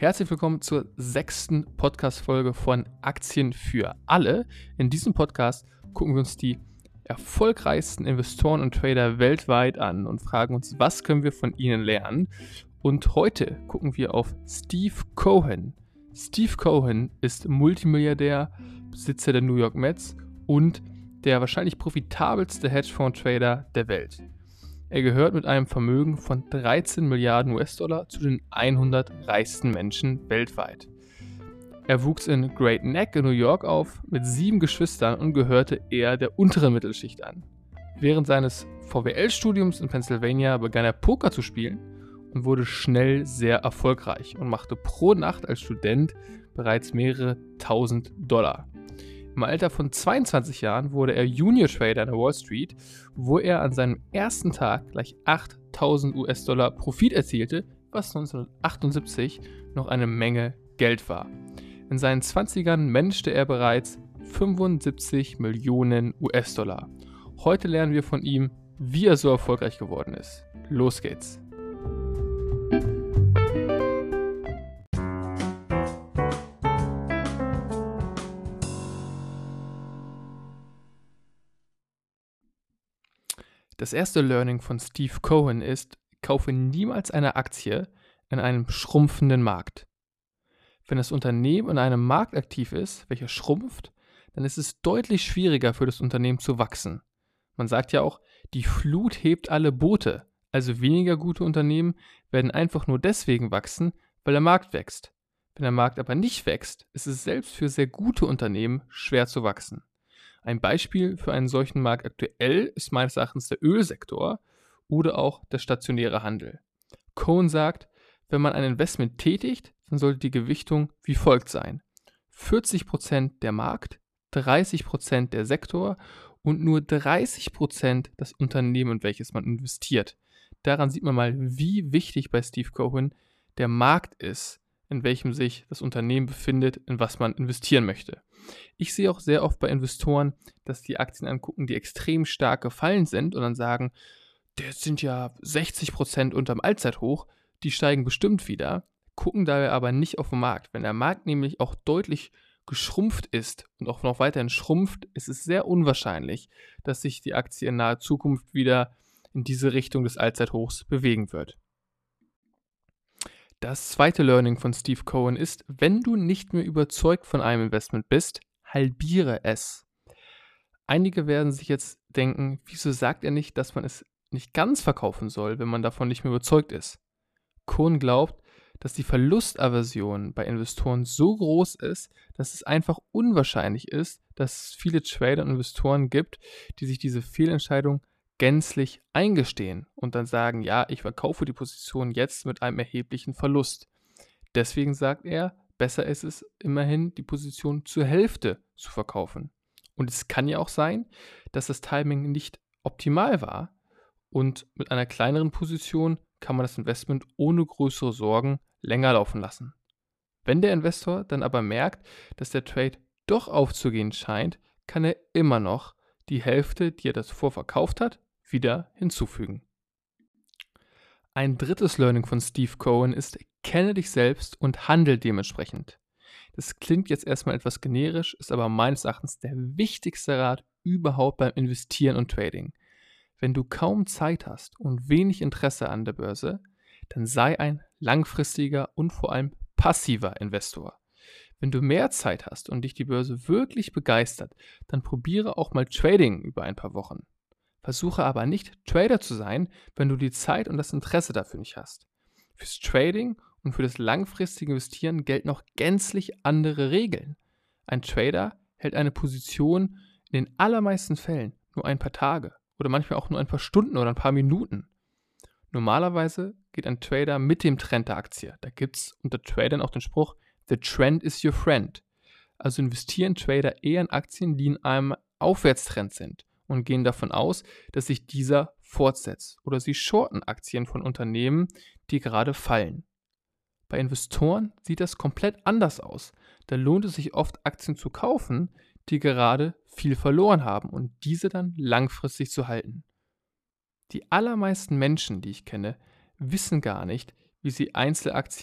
Herzlich willkommen zur 6. Podcast-Folge von Aktien für alle. In diesem Podcast gucken wir uns die erfolgreichsten Investoren und Trader weltweit an und fragen uns, was können wir von ihnen lernen. Und heute gucken wir auf Steve Cohen. Steve Cohen ist Multimilliardär, Besitzer der New York Mets und der wahrscheinlich profitabelste Hedgefonds-Trader der Welt. Er gehört mit einem Vermögen von 13 Milliarden US-Dollar zu den 100 reichsten Menschen weltweit. Er wuchs in Great Neck in New York auf mit 7 Geschwistern und gehörte eher der unteren Mittelschicht an. Während seines VWL-Studiums in Pennsylvania begann er Poker zu spielen und wurde schnell sehr erfolgreich und machte pro Nacht als Student bereits mehrere tausend Dollar. Im Alter von 22 Jahren wurde er Junior Trader an der Wall Street, wo er an seinem ersten Tag gleich 8.000 US-Dollar Profit erzielte, was 1978 noch eine Menge Geld war. In seinen 20ern managte er bereits 75 Millionen US-Dollar. Heute lernen wir von ihm, wie er so erfolgreich geworden ist. Los geht's! Das erste Learning von Steve Cohen ist, kaufe niemals eine Aktie in einem schrumpfenden Markt. Wenn das Unternehmen in einem Markt aktiv ist, welcher schrumpft, dann ist es deutlich schwieriger für das Unternehmen zu wachsen. Man sagt ja auch, die Flut hebt alle Boote, also weniger gute Unternehmen werden einfach nur deswegen wachsen, weil der Markt wächst. Wenn der Markt aber nicht wächst, ist es selbst für sehr gute Unternehmen schwer zu wachsen. Ein Beispiel für einen solchen Markt aktuell ist meines Erachtens der Ölsektor oder auch der stationäre Handel. Cohen sagt, wenn man ein Investment tätigt, dann sollte die Gewichtung wie folgt sein: 40% der Markt, 30% der Sektor und nur 30% das Unternehmen, in welches man investiert. Daran sieht man mal, wie wichtig bei Steve Cohen der Markt ist, in welchem sich das Unternehmen befindet, in was man investieren möchte. Ich sehe auch sehr oft bei Investoren, dass die Aktien angucken, die extrem stark gefallen sind und dann sagen, das sind ja 60% unterm Allzeithoch, die steigen bestimmt wieder, gucken dabei aber nicht auf den Markt. Wenn der Markt nämlich auch deutlich geschrumpft ist und auch noch weiterhin schrumpft, ist es sehr unwahrscheinlich, dass sich die Aktie in naher Zukunft wieder in diese Richtung des Allzeithochs bewegen wird. Das zweite Learning von Steve Cohen ist, wenn du nicht mehr überzeugt von einem Investment bist, halbiere es. Einige werden sich jetzt denken, wieso sagt er nicht, dass man es nicht ganz verkaufen soll, wenn man davon nicht mehr überzeugt ist? Cohen glaubt, dass die Verlustaversion bei Investoren so groß ist, dass es einfach unwahrscheinlich ist, dass es viele Trader und Investoren gibt, die sich diese Fehlentscheidung gänzlich eingestehen und dann sagen, ja, ich verkaufe die Position jetzt mit einem erheblichen Verlust. Deswegen sagt er, besser ist es immerhin, die Position zur Hälfte zu verkaufen. Und es kann ja auch sein, dass das Timing nicht optimal war und mit einer kleineren Position kann man das Investment ohne größere Sorgen länger laufen lassen. Wenn der Investor dann aber merkt, dass der Trade doch aufzugehen scheint, kann er immer noch die Hälfte, die er davor verkauft hat, wieder hinzufügen. Ein drittes Learning von Steve Cohen ist, kenne dich selbst und handle dementsprechend. Das klingt jetzt erstmal etwas generisch, ist aber meines Erachtens der wichtigste Rat überhaupt beim Investieren und Trading. Wenn du kaum Zeit hast und wenig Interesse an der Börse, dann sei ein langfristiger und vor allem passiver Investor. Wenn du mehr Zeit hast und dich die Börse wirklich begeistert, dann probiere auch mal Trading über ein paar Wochen. Versuche aber nicht Trader zu sein, wenn du die Zeit und das Interesse dafür nicht hast. Fürs Trading und für das langfristige Investieren gelten noch gänzlich andere Regeln. Ein Trader hält eine Position in den allermeisten Fällen nur ein paar Tage oder manchmal auch nur ein paar Stunden oder ein paar Minuten. Normalerweise geht ein Trader mit dem Trend der Aktie. Da gibt es unter Tradern auch den Spruch, the trend is your friend. Also investieren Trader eher in Aktien, die in einem Aufwärtstrend sind und gehen davon aus, dass sich dieser fortsetzt. Oder sie shorten Aktien von Unternehmen, die gerade fallen. Bei Investoren sieht das komplett anders aus. Da lohnt es sich oft, Aktien zu kaufen, die gerade viel verloren haben und diese dann langfristig zu halten. Die allermeisten Menschen, die ich kenne, wissen gar nicht, wie sie Einzelaktien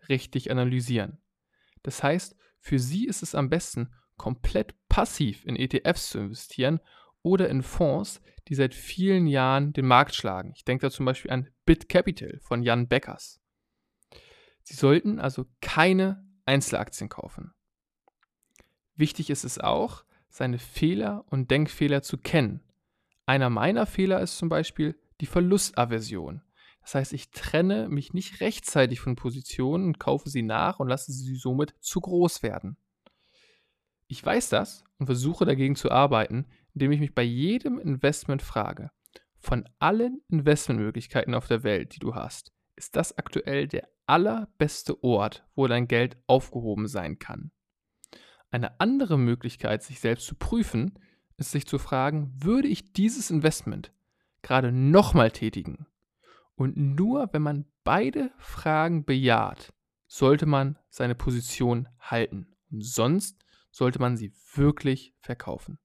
richtig analysieren. Das heißt, für Sie ist es am besten, komplett passiv in ETFs zu investieren oder in Fonds, die seit vielen Jahren den Markt schlagen. Ich denke da zum Beispiel an BitCapital von Jan Beckers. Sie sollten also keine Einzelaktien kaufen. Wichtig ist es auch, seine Fehler und Denkfehler zu kennen. Einer meiner Fehler ist zum Beispiel die Verlustaversion. Das heißt, ich trenne mich nicht rechtzeitig von Positionen und kaufe sie nach und lasse sie somit zu groß werden. Ich weiß das und versuche dagegen zu arbeiten, indem ich mich bei jedem Investment frage: Von allen Investmentmöglichkeiten auf der Welt, die du hast, ist das aktuell der allerbeste Ort, wo dein Geld aufgehoben sein kann? Eine andere Möglichkeit, sich selbst zu prüfen, ist sich zu fragen: Würde ich dieses Investment gerade nochmal tätigen? Und nur wenn man beide Fragen bejaht, sollte man seine Position halten. Und sonst sollte man sie wirklich verkaufen.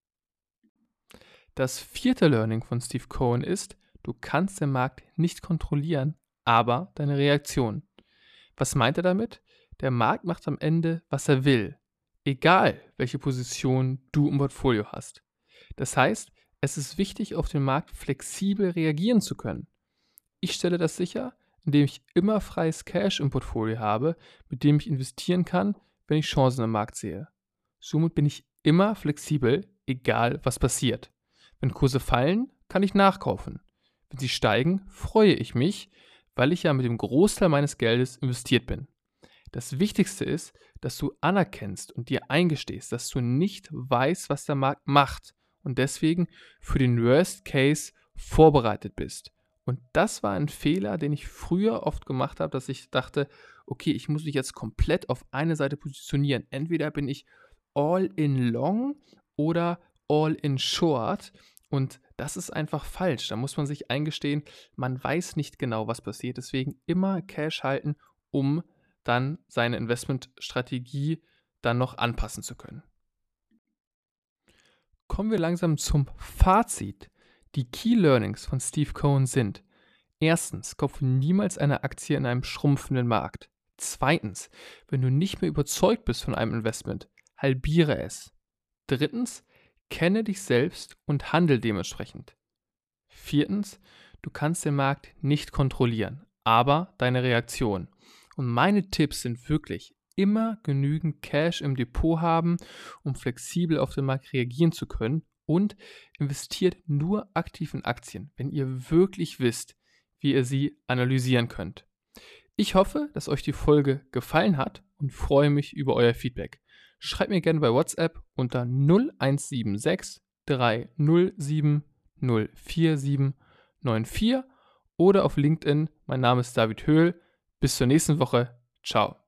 Das vierte Learning von Steve Cohen ist: Du kannst den Markt nicht kontrollieren, aber deine Reaktion. Was meint er damit? Der Markt macht am Ende, was er will, egal welche Position du im Portfolio hast. Das heißt, es ist wichtig, auf den Markt flexibel reagieren zu können. Ich stelle das sicher, indem ich immer freies Cash im Portfolio habe, mit dem ich investieren kann, wenn ich Chancen im Markt sehe. Somit bin ich immer flexibel, egal was passiert. Wenn Kurse fallen, kann ich nachkaufen. Wenn sie steigen, freue ich mich, weil ich ja mit dem Großteil meines Geldes investiert bin. Das Wichtigste ist, dass du anerkennst und dir eingestehst, dass du nicht weißt, was der Markt macht und deswegen für den Worst Case vorbereitet bist. Und das war ein Fehler, den ich früher oft gemacht habe, dass ich dachte: Okay, ich muss mich jetzt komplett auf eine Seite positionieren. Entweder bin ich all in long oder all in short. Und das ist einfach falsch. Da muss man sich eingestehen, man weiß nicht genau, was passiert. Deswegen immer Cash halten, um dann seine Investmentstrategie dann noch anpassen zu können. Kommen wir langsam zum Fazit. Die Key Learnings von Steve Cohen sind: Erstens, kaufe niemals eine Aktie in einem schrumpfenden Markt. Zweitens, wenn du nicht mehr überzeugt bist von einem Investment, halbiere es. Drittens, kenne dich selbst und handle dementsprechend. Viertens, du kannst den Markt nicht kontrollieren, aber deine Reaktion. Und meine Tipps sind wirklich: immer genügend Cash im Depot haben, um flexibel auf den Markt reagieren zu können, und investiert nur aktiv in Aktien, wenn ihr wirklich wisst, wie ihr sie analysieren könnt. Ich hoffe, dass euch die Folge gefallen hat und freue mich über euer Feedback. Schreibt mir gerne bei WhatsApp unter 0176 307 04794 oder auf LinkedIn. Mein Name ist David Höhl. Bis zur nächsten Woche. Ciao.